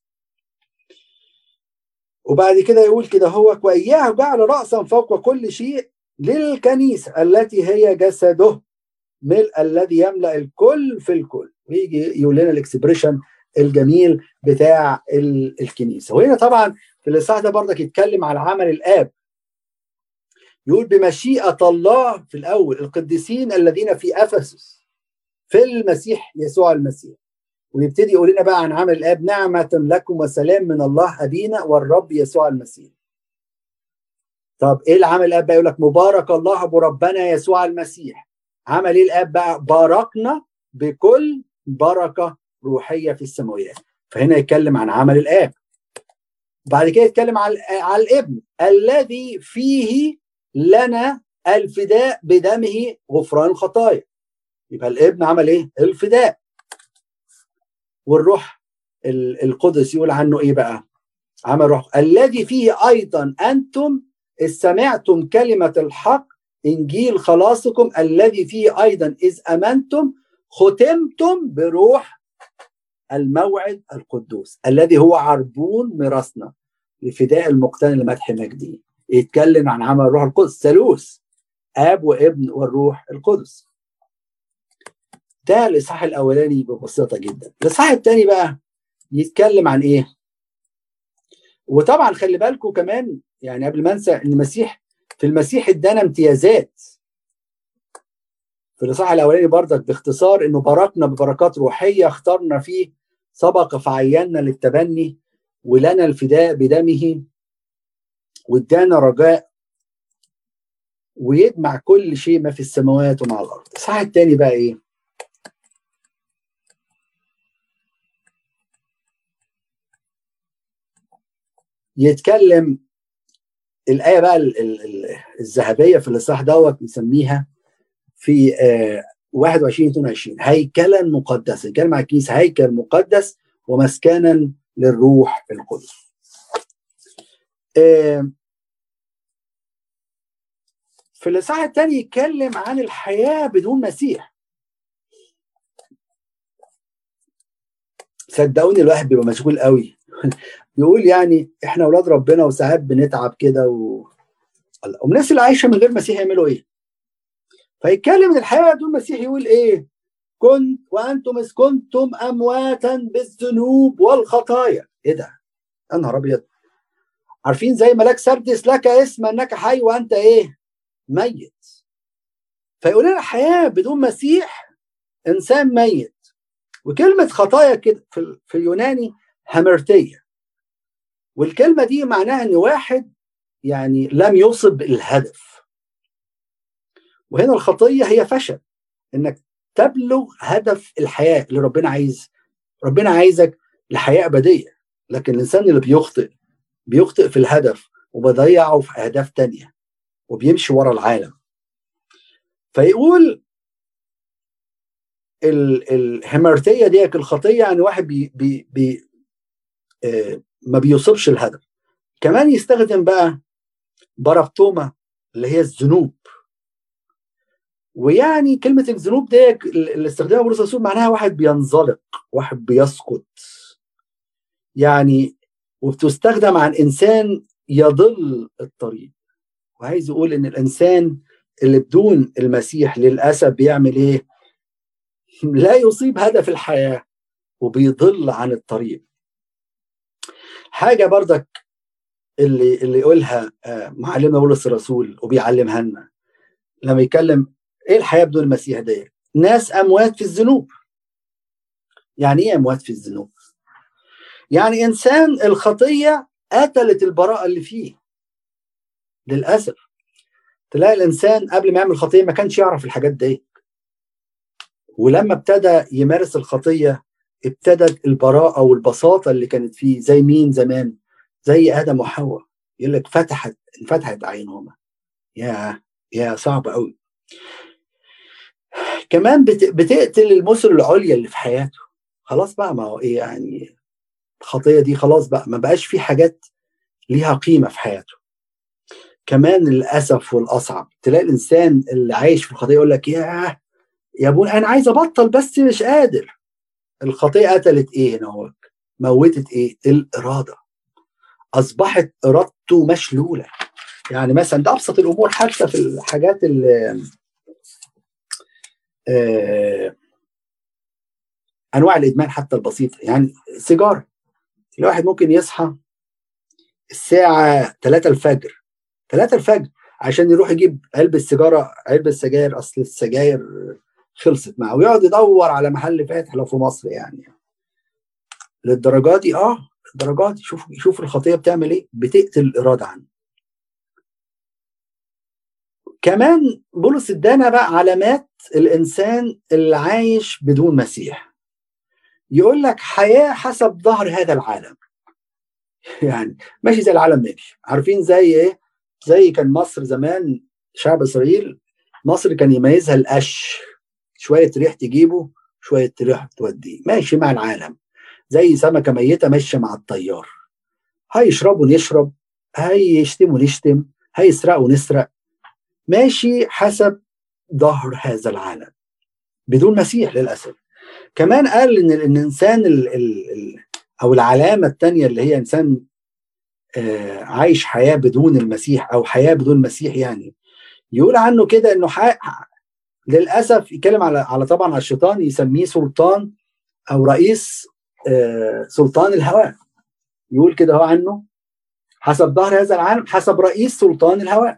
وبعد كده يقول كده هو وإياه جعل رأسا فوق كل شيء للكنيسة التي هي جسده ملء الذي يملأ الكل في الكل. ويجي يقول لنا الاكسبريشن الجميل بتاع الكنيسة. وهنا طبعا في الإصحاح ده برضك يتكلم على عمل الآب، يقول بمشيئة الله في الأول القديسين الذين في أفسس في المسيح يسوع المسيح. ويبتدي يقول لنا بقى عن عمل الآب، نعمة لكم وسلام من الله أبينا والرب يسوع المسيح. طب إيه العمل الآب بقى؟ يقول لك مبارك الله أبو ربنا يسوع المسيح. عمل إيه الآب بقى؟ باركنا بكل بركة روحية في السماويات. فهنا يتكلم عن عمل الآب. بعد كده يتكلم على الابن الذي فيه لنا الفداء بدمه غفران الخطايا. يبقى الابن عمل ايه؟ الفداء. والروح القدس يقول عنه ايه بقى؟ عمل روح الذي فيه ايضا انتم اذ سمعتم كلمة الحق انجيل خلاصكم الذي فيه ايضا اذ امنتم ختمتم بروح الموعد القدوس الذي هو عربون ميراثنا لفداء المقتنع لمدح مجده. يتكلم عن عمل الروح القدس، ثالوث، اب وابن والروح القدس. ده الاصحاح الاولاني ببساطه جدا. الاصحاح الثاني بقى يتكلم عن ايه؟ وطبعا خلي بالكم كمان، يعني قبل ما انسى، ان المسيح في المسيح ادانا امتيازات. في الاصحاح الاولاني برضك باختصار انه باركنا ببركات روحيه، اخترنا فيه، سبق فعينا للتبني، ولنا الفداء بدمه، وادانا رجاء، ويجمع كل شيء ما في السماوات ومع الارض. الاصحاح الثاني بقى ايه؟ يتكلم الآية بقى الذهبية في الإصحاح دوت نسميها في 21-22 هيكلا مقدسا. يتكلم عن الكنيسة هيكل مقدس ومسكنا للروح القدس. في الإصحاح الثاني يتكلم عن الحياة بدون مسيح. صدقوني الواحد بيبقى مشغول قوي يقول يعني احنا اولاد ربنا وساعات بنتعب كده والناس اللي عايشه من غير مسيح يعملوا ايه؟ فيتكلم من الحياه بدون مسيح، يقول ايه؟ كنت وانتم اذ كنتم امواتا بالذنوب والخطايا. ايه ده؟ يا نهار ابيض! عارفين زي ملاك سردس لك اسم انك حي وانت ايه؟ ميت. فيقول لنا الحياه بدون مسيح انسان ميت. وكلمه خطايا كده في اليوناني همرتيه، والكلمه دي معناها ان واحد يعني لم يصب الهدف. وهنا الخطيه هي فشل انك تبلغ هدف الحياه اللي ربنا عايز. ربنا عايزك لحياه ابديه، لكن الانسان اللي بيخطئ في الهدف وبيضيعه في اهداف تانية. وبيمشي ورا العالم. فيقول الهمرتية دي الخطية يعني واحد بي ما بيوصلش الهدف. كمان يستخدم بقى برابتوما اللي هي الذنوب. ويعني كلمة الذنوب دي اللي استخدمها بولس الرسول معناها واحد بينزلق، واحد بيسقط يعني، وبتستخدم عن إنسان يضل الطريق. وعايز يقول إن الإنسان اللي بدون المسيح للأسف بيعمل إيه؟ لا يصيب هدف الحياة وبيضل عن الطريق. حاجة برضك اللي يقولها معلمنا بولس الرسول وبيعلمها لنا لما يتكلم ايه الحياة بدون المسيح دي؟ ناس اموات في الذنوب. يعني ايه اموات في الذنوب؟ يعني انسان الخطية قتلت البراءة اللي فيه. للأسف تلاقي الانسان قبل ما يعمل خطية ما كانش يعرف الحاجات دي، ولما ابتدى يمارس الخطية ابتدت البراءة والبساطة اللي كانت فيه. زي مين زمان؟ زي آدم وحواء. يقول لك انفتحت عينهما. يا صعب قوي. كمان بتقتل المثل العليا اللي في حياته. خلاص بقى، ما هو ايه يعني، الخطية دي خلاص بقى ما بقاش في حاجات ليها قيمة في حياته. كمان للأسف والأصعب تلاقي الإنسان اللي عايش في الخطية يقول لك يا ابوي أنا عايز أبطل بس مش قادر. الخطية قتلت إيه هنا؟ هو موتت إيه؟ الإرادة. أصبحت إرادته مشلولة. يعني مثلا ده أبسط الأمور، حتى في الحاجات اللي أنواع الإدمان حتى البسيطة. يعني سيجارة، الواحد ممكن يصحى الساعة 3 الفجر عشان يروح يجيب علبة سجاير. أصل السجاير خلصت معه، ويقعد يدور على محل فاتح لو في مصر يعني. للدرجة دي الدرجة دي. شوف الخطية بتعمل ايه، بتقتل الإرادة عنه. كمان بولس ادانا بقى علامات الإنسان اللي عايش بدون مسيح. يقول لك حياة حسب ظهر هذا العالم. يعني ماشي زي العالم ماشي. عارفين زي ايه؟ زي كان مصر زمان، شعب إسرائيل، مصر كان يميزها القش. شوية ريح تجيبه، شوية ريح توديه، ماشي مع العالم زي سمكة ميتة ماشية مع الطيار. هيشربوا نشرب، هيشتموا نشتم، هيسرقوا نسرق، ماشي حسب ظهر هذا العالم بدون مسيح للأسف. كمان قال إن الإنسان أو العلامة الثانية اللي هي إنسان عايش حياة بدون المسيح أو حياة بدون مسيح، يعني يقول عنه كده إنه للأسف يتكلم على طبعا على الشيطان، يسميه سلطان أو رئيس سلطان الهواء. يقول كده هو عنه حسب ظهر هذا العالم، حسب رئيس سلطان الهواء.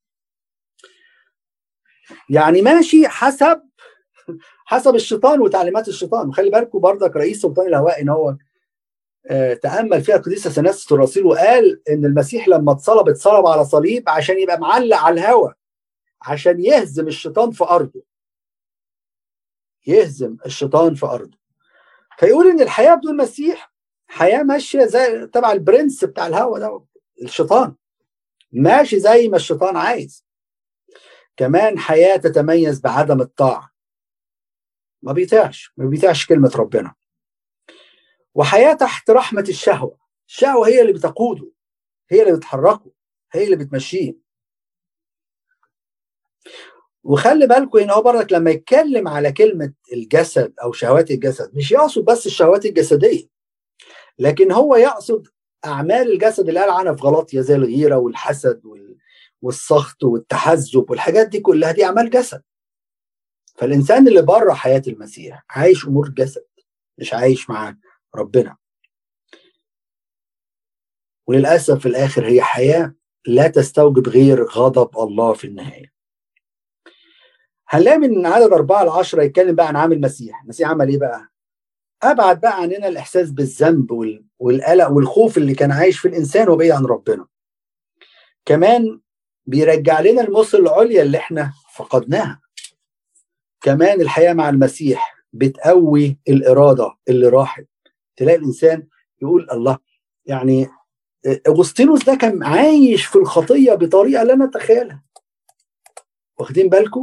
يعني ماشي حسب الشيطان وتعليمات الشيطان. وخلي بالكم برضك رئيس سلطان الهواء ان هو تأمل فيها القديس اثناسيوس الرسول وقال ان المسيح لما اتصلب على صليب عشان يبقى معلق على الهواء، عشان يهزم الشيطان في ارضه. فيقول ان الحياة بدون مسيح حياة ماشية زي تبع البرنس بتاع الهواء ده، الشيطان ماشي زي ما الشيطان عايز. كمان حياة تتميز بعدم الطاعة، ما بيطيعش كلمة ربنا. وحياة تحت رحمة الشهوة هي اللي بتقوده، هي اللي بتحركه، هي اللي بتمشيه. وخلي بالكم هنا هو برضك لما يتكلم على كلمة الجسد أو شهوات الجسد مش يقصد بس الشهوات الجسدية، لكن هو يقصد أعمال الجسد اللي قال عنها في غلاطيا زي الغيرة والحسد والسخط والتحزب والحاجات دي كلها، دي أعمال جسد. فالإنسان اللي بره حياة المسيح عايش أمور جسد، مش عايش مع ربنا. وللأسف في الآخر هي حياة لا تستوجب غير غضب الله في النهاية. هنلاقي من عدد 4-10 يتكلم بقى عن عمل المسيح. المسيح عمل إيه بقى؟ أبعد بقى عننا الإحساس بالذنب والقلق والخوف اللي كان عايش في الإنسان وبعيد عن ربنا. كمان بيرجع لنا المثل العليا اللي احنا فقدناها. كمان الحياة مع المسيح بتقوي الإرادة اللي راحت. تلاقي الإنسان يقول الله، يعني أغسطينوس ده كان عايش في الخطية بطريقة لا نتخيلها. واخدين بالكم؟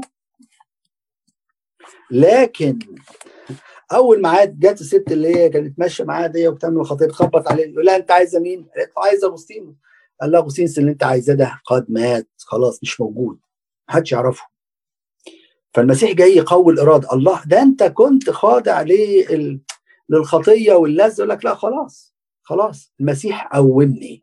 لكن اول ما جت الست اللي هي كانت ماشيه معاها دي وبتعمل الخطيب، تخبط عليه يقول لها انت عايزه مين؟ قالت له عايزه اغسطينوس. قال لها اغسطينوس اللي انت عايزاه ده قد مات خلاص مش موجود، محدش يعرفه. فالمسيح جاي يقوي الاراده. الله ده انت كنت خاضع للخطيه واللذه، يقول لك لا خلاص خلاص المسيح قومني.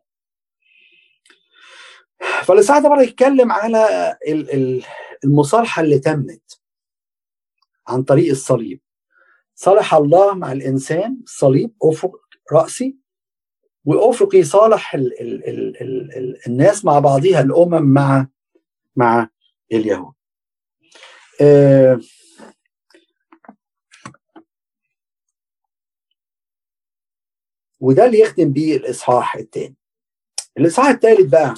فالإصحاح ده برضه يتكلم على المصالحه اللي تمت عن طريق الصليب. صالح الله مع الانسان، الصليب افق راسي، وافقي صالح الناس مع بعضها، الامم مع اليهود. وده اللي يختم بيه الاصحاح الثاني. الاصحاح الثالث بقى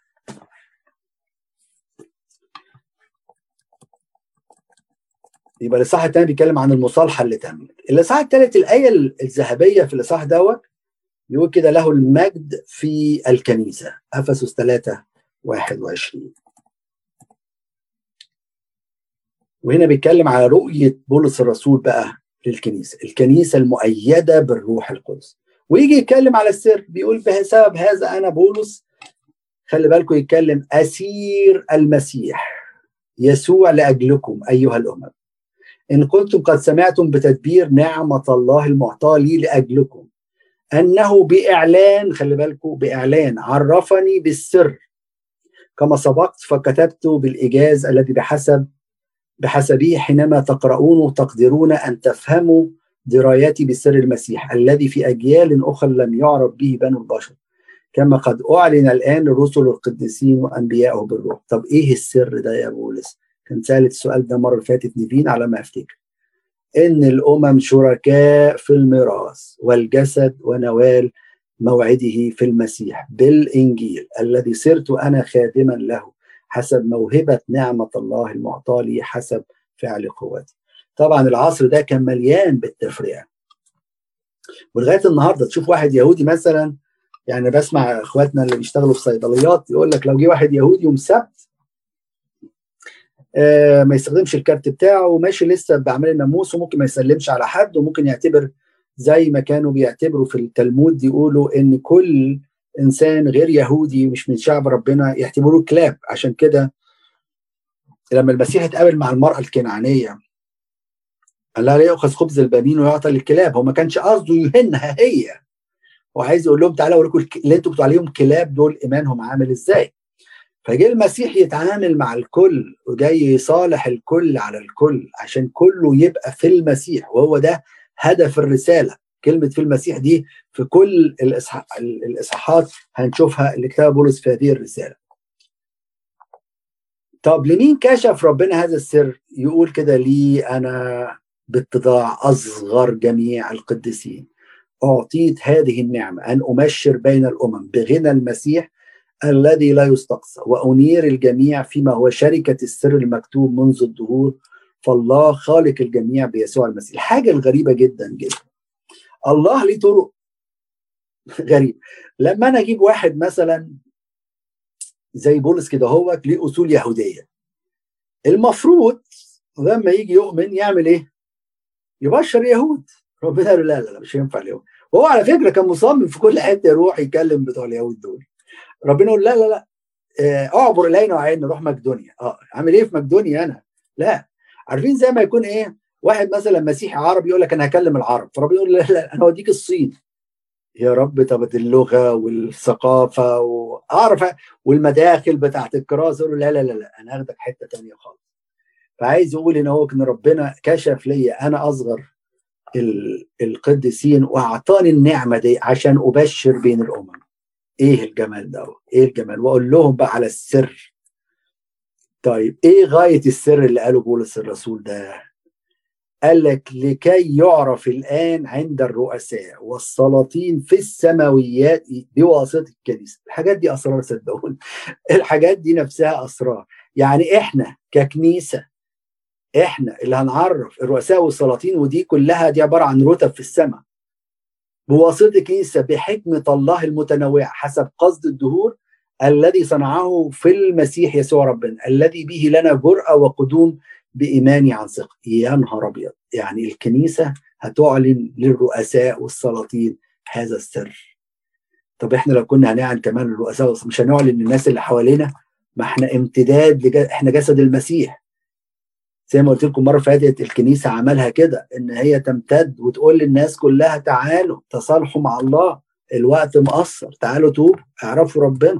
يبقى الاصحاح الثاني بيتكلم عن المصالحه اللي تمت. الاصحاح الثالث الايه الذهبيه في الاصحاح دوت يقول كده: له المجد في الكنيسه، افسس 3:21. وهنا بيتكلم على رؤيه بولس الرسول بقى للكنيسه، الكنيسه المؤيده بالروح القدس. ويجي يتكلم على السر، بيقول بسبب هذا انا بولس، خلي بالكم يتكلم، اسير المسيح يسوع لاجلكم ايها الامم، ان كنتم قد سمعتم بتدبير نعمه الله المعطاه لي لاجلكم، انه باعلان، خلي بالكم باعلان، عرفني بالسر كما سبقت فكتبت بالايجاز الذي بحسبه حينما تقرؤونه تقدرون ان تفهموا درايتي بسر المسيح الذي في اجيال اخرى لم يعرف به بنو البشر، كما قد اعلن الان للرسل القديسين وانبيائه بالروح. طب ايه السر ده يا بولس؟ كان سالت السؤال ده المره اللي فاتت نيفين على ما افتكر. ان الامم شركاء في الميراث والجسد ونوال موعده في المسيح بالانجيل الذي صرت انا خادما له حسب موهبه نعمه الله المعطاه لي حسب فعل قوتي. طبعا العصر ده كان مليان بالتفرقه، ولغايه النهارده تشوف واحد يهودي مثلا، يعني بسمع اخواتنا اللي بيشتغلوا في صيدليات يقول لك لو جه واحد يهودي يوم سبت ما يستخدمش الكارت بتاعه وماشي لسه باعمال الناموس، وممكن ما يسلمش على حد، وممكن يعتبر زي ما كانوا بيعتبروا في التلمود يقولوا ان كل انسان غير يهودي مش من شعب ربنا يعتبروه كلاب. عشان كده لما المسيح اتقابل مع المرأة الكنعانية قال لها لا يؤخذ خبز البنين ويعطى للكلاب. هو ما كانش قصده يهنها هي، هو عايز يقول لهم تعالوا اوريكم اللي انتوا بتقولوا عليهم كلاب دول ايمانهم عامل ازاي. فجاء المسيح يتعامل مع الكل وجاي يصالح الكل على الكل عشان كله يبقى في المسيح، وهو ده هدف الرسالة. كلمة في المسيح دي في كل الإصحاحات هنشوفها اللي كتبها بولس في هذه الرسالة. طب لمين كشف ربنا هذا السر؟ يقول كده: لي أنا باتضاع أصغر جميع القديسين أعطيت هذه النعمة أن أمشر بين الأمم بغنى المسيح الذي لا يستقصى وأنير الجميع فيما هو شركة السر المكتوب منذ الدهور، فالله خالق الجميع بيسوع المسيح. الحاجة الغريبة جدا جدا، الله ليه طرق غريبة. لما أنا أجيب واحد مثلا زي بولس كده، هو ليه أصول يهودية، المفروض لما يجي يؤمن يعمل إيه؟ يبشر يهود. ربنا قال لا لا لا مش هينفع اليهود، وهو على فكرة كان مصمم في كل حتة يروح يكلم بتوع اليهود دول. ربنا يقول لا لا لا اعبر الينا وعين نروح مقدونيا. عامل ايه في مقدونيا انا؟ لا. عارفين زي ما يكون ايه، واحد مثلا مسيحي عربي يقول لك انا هكلم العرب، فربنا يقول لا لا انا اوديك الصين. يا رب طب اللغه والثقافه واعرف والمداخل بتاعت الكراسه، يقول لا لا لا لا انا هاخدك حته ثانيه خالص. فعايز يقول ان هو كان ربنا كشف ليا انا اصغر القديسين واعطاني النعمه دي عشان ابشر بين الامم. ايه الجمال ده، ايه الجمال، واقول لهم بقى على السر. طيب ايه غاية السر اللي قاله بولس الرسول ده؟ قال لك لكي يعرف الآن عند الرؤساء والسلاطين في السماويات بواسطة الكنيسة. الحاجات دي أسرار صدقوني، الحاجات دي نفسها أسرار. يعني إحنا ككنيسة إحنا اللي هنعرف الرؤساء والسلاطين، ودي كلها دي عبارة عن رتب في السماء بواسطة الكنيسة بحكمة الله المتنوعة حسب قصد الدهور الذي صنعه في المسيح يسوع ربنا، الذي به لنا جرأة وقدوم بإيماني عن ثقة. يا نهار أبيض، يعني الكنيسة هتعلن للرؤساء والسلاطين هذا السر. طب احنا لو كنا هنعلن كمان للرؤساء مش هنعلن للناس اللي حوالينا؟ ما احنا امتداد احنا جسد المسيح. زي ما قلت لكم مرة فاتت، الكنيسة عملها كده، ان هي تمتد وتقول للناس كلها تعالوا تصالحوا مع الله، الوقت مقصر، تعالوا توبوا، اعرفوا ربنا.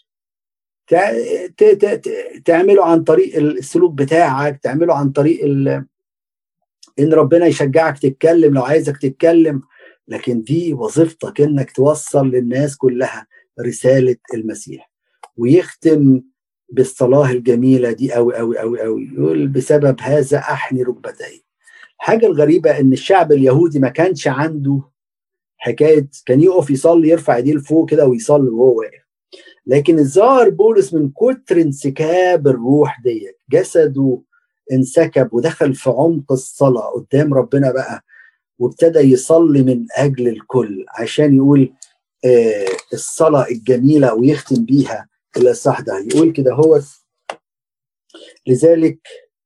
تعمله عن طريق السلوك بتاعك، تعمله عن طريق ان ربنا يشجعك تتكلم لو عايزك تتكلم، لكن دي وظيفتك انك توصل للناس كلها رسالة المسيح. ويختم بالصلاة الجميلة دي قوي قوي قوي قوي، يقول بسبب هذا احني ركبتي. الحاجة الغريبة ان الشعب اليهودي ما كانش عنده حكاية كان يقف يصلي يرفع ايديه لفوق كده ويصلي وهو واقف، لكن الظاهر بولس من كتر انسكاب الروح ديت جسده انسكب ودخل في عمق الصلاة قدام ربنا بقى، وابتدى يصلي من أجل الكل عشان يقول الصلاة الجميلة ويختم بيها الإصحاح ده. يقول كده هو لذلك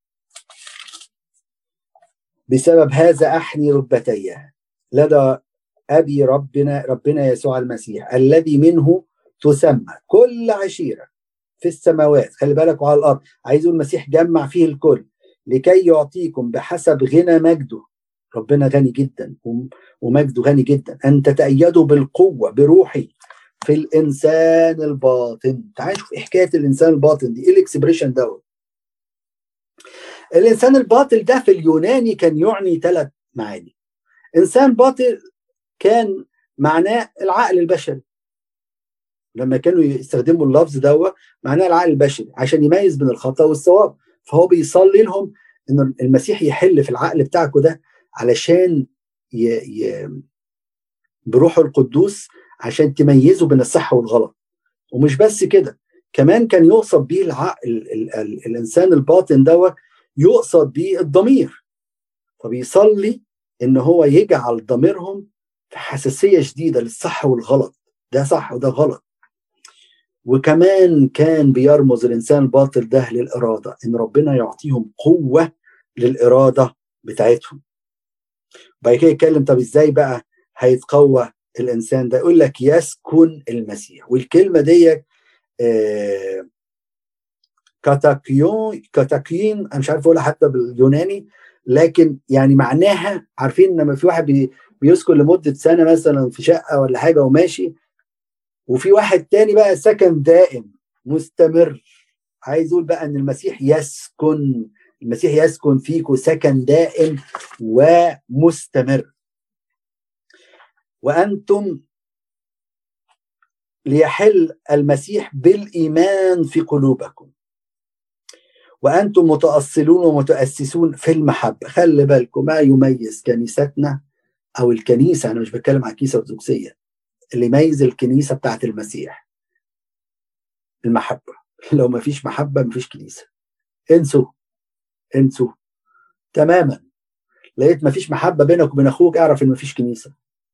بسبب هذا أحني ركبتي لدى أبي ربنا يسوع المسيح، الذي منه تسمى كل عشيرة في السماوات، خلي بالك، وعلى الأرض. عايز المسيح جمع فيه الكل لكي يعطيكم بحسب غنى مجده. ربنا غني جدا ومجده غني جدا، أن تتأيدوا بالقوة بروحي في الإنسان الباطن. تعالوا نشوف إيه حكاية الإنسان الباطن دي، إيه الإكسبريشن دوت. الإنسان الباطن ده في اليوناني كان يعني 3 معاني. إنسان باطن كان معناه العقل البشري، لما كانوا يستخدموا اللفظ دوت معناه العقل البشري عشان يميز بين الخطأ والصواب. فهو بيصلي لهم ان المسيح يحل في العقل بتاعكم ده علشان بروحه القدوس عشان تميزوا بين الصح والغلط. ومش بس كده، كمان كان يقصد بيه العقل الانسان الباطن دوت يقصد بيه الضمير. فبيصلي ان هو يجعل ضميرهم في حساسية شديدة للصح والغلط، ده صح وده غلط. وكمان كان بيرمز الإنسان الباطل ده للإرادة، إن ربنا يعطيهم قوة للإرادة بتاعتهم. بعد كده يتكلم طب إزاي بقى هيتقوى الإنسان ده؟ يقول لك يسكن المسيح. والكلمة دي كاتاكيون، أنا مش عارف أقولها حتى باليوناني، لكن يعني معناها عارفين لما في واحد بيسكن لمدة سنة مثلا في شقة ولا حاجة وماشي، وفي واحد تاني بقى سكن دائم مستمر. عايز يقول بقى ان المسيح يسكن فيكم سكن دائم ومستمر. وانتم ليحل المسيح بالايمان في قلوبكم، وانتم متأصلون ومتأسسون في المحبة. خلي بالكم ما يميز كنيستنا او الكنيسة، انا مش بتكلم عن الكنيسة الأرثوذكسية، اللي يميز الكنيسة بتاعت المسيح المحبة. لو ما فيش محبة ما فيش كنيسة. انسوا تماما. لقيت ما فيش محبة بينك وبين اخوك، اعرف ان ما فيش كنيسة،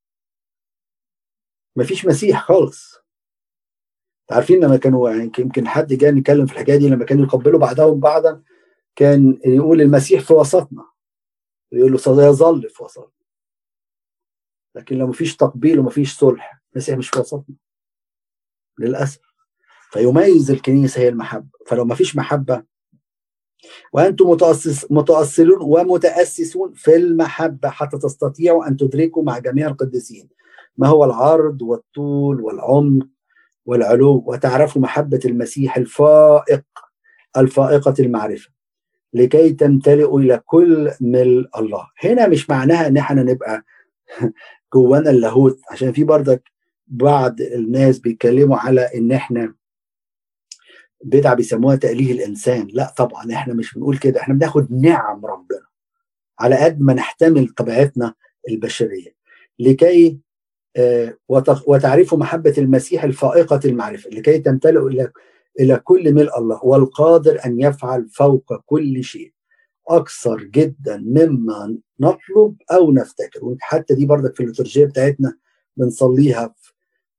ما فيش مسيح خالص. عارفين لما كانوا يعني يمكن حد جاي نتكلم في الحكاية دي، لما كانوا يقبلوا بعضهم بعضا كان يقول المسيح في وسطنا، يقول له سيظل في وسطنا. لكن لو ما فيش تقبيل وما فيش صلح، المسيح مش في وسطنا للأسف. فيميز الكنيسة هي المحبة. فلو ما فيش محبة، وأنتم متأصلون ومتأسسون في المحبة حتى تستطيعوا أن تدركوا مع جميع القديسين ما هو العرض والطول والعمق والعلو، وتعرفوا محبة المسيح الفائقة المعرفة، لكي تمتلئوا إلى كل ملء الله. هنا مش معناها إن احنا نبقى جوانا اللاهوت، عشان في برضك بعض الناس بيتكلموا على إن احنا بدعة بيسموها تأليه الإنسان. لا طبعا احنا مش بنقول كده، احنا بناخد نعم ربنا على قد ما نحتمل طبيعتنا البشرية، لكي وتعرفوا محبة المسيح الفائقة المعرفة، لكي تمتلئوا إلى كل ملء الله، والقادر أن يفعل فوق كل شيء أكثر جدا مما نطلب أو نفتكر. وحتى دي برضك في الليتورجية بتاعتنا بنصليها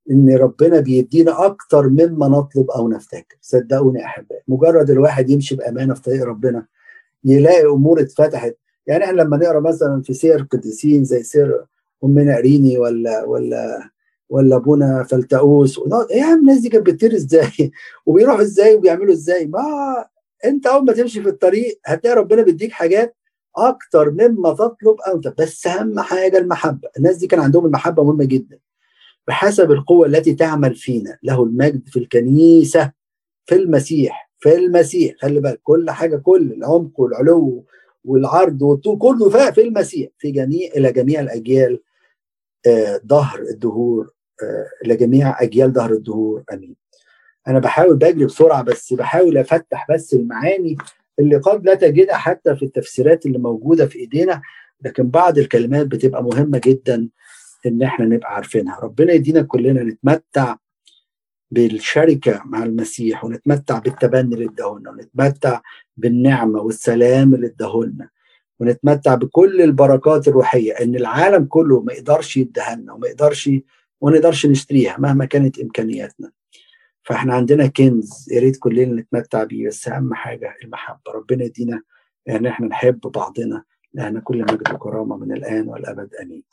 ان ربنا بيدينا اكتر مما نطلب او نفتكر. صدقوني يا احبائي، مجرد الواحد يمشي بامانه في طريق ربنا يلاقي امور اتفتحت. يعني احنا لما نقرا مثلا في سير القديسين زي سير امنا اريني ولا ابونا فلتؤوس، ايه يا عم الناس دي كانت بتطير ازاي وبيروحوا ازاي وبيعملوا ازاي؟ ما انت اول ما تمشي في الطريق هتلاقي ربنا بيديك حاجات اكتر مما تطلب او بس اهم حاجه المحبه. الناس دي كان عندهم المحبه مهمه جدا. بحسب القوه التي تعمل فينا له المجد في الكنيسه في المسيح. في المسيح، خلي بالك، كل حاجه، كل العمق والعلو والعرض والطول كله في المسيح، في جميع الى جميع الاجيال ظهر الدهور، لجميع اجيال ظهر الدهور، امين. انا بحاول بجري بسرعه، بس بحاول افتح بس المعاني اللي قد لا تجدها حتى في التفسيرات اللي موجوده في ايدينا، لكن بعض الكلمات بتبقى مهمه جدا ان احنا نبقى عارفينها. ربنا يدينا كلنا نتمتع بالشركه مع المسيح، ونتمتع بالتبني اللي اداهولنا، ونتمتع بالنعمه والسلام اللي اداهولنا، ونتمتع بكل البركات الروحيه ان العالم كله ما يقدرش يديها لنا، وما نقدرش نشتريها مهما كانت امكانياتنا. فاحنا عندنا كنز يا ريت كلنا نتمتع بيه، بس اهم حاجه المحبه. ربنا يدينا ان احنا نحب بعضنا، لان كل مجد وكرامه من الان والابد، امين.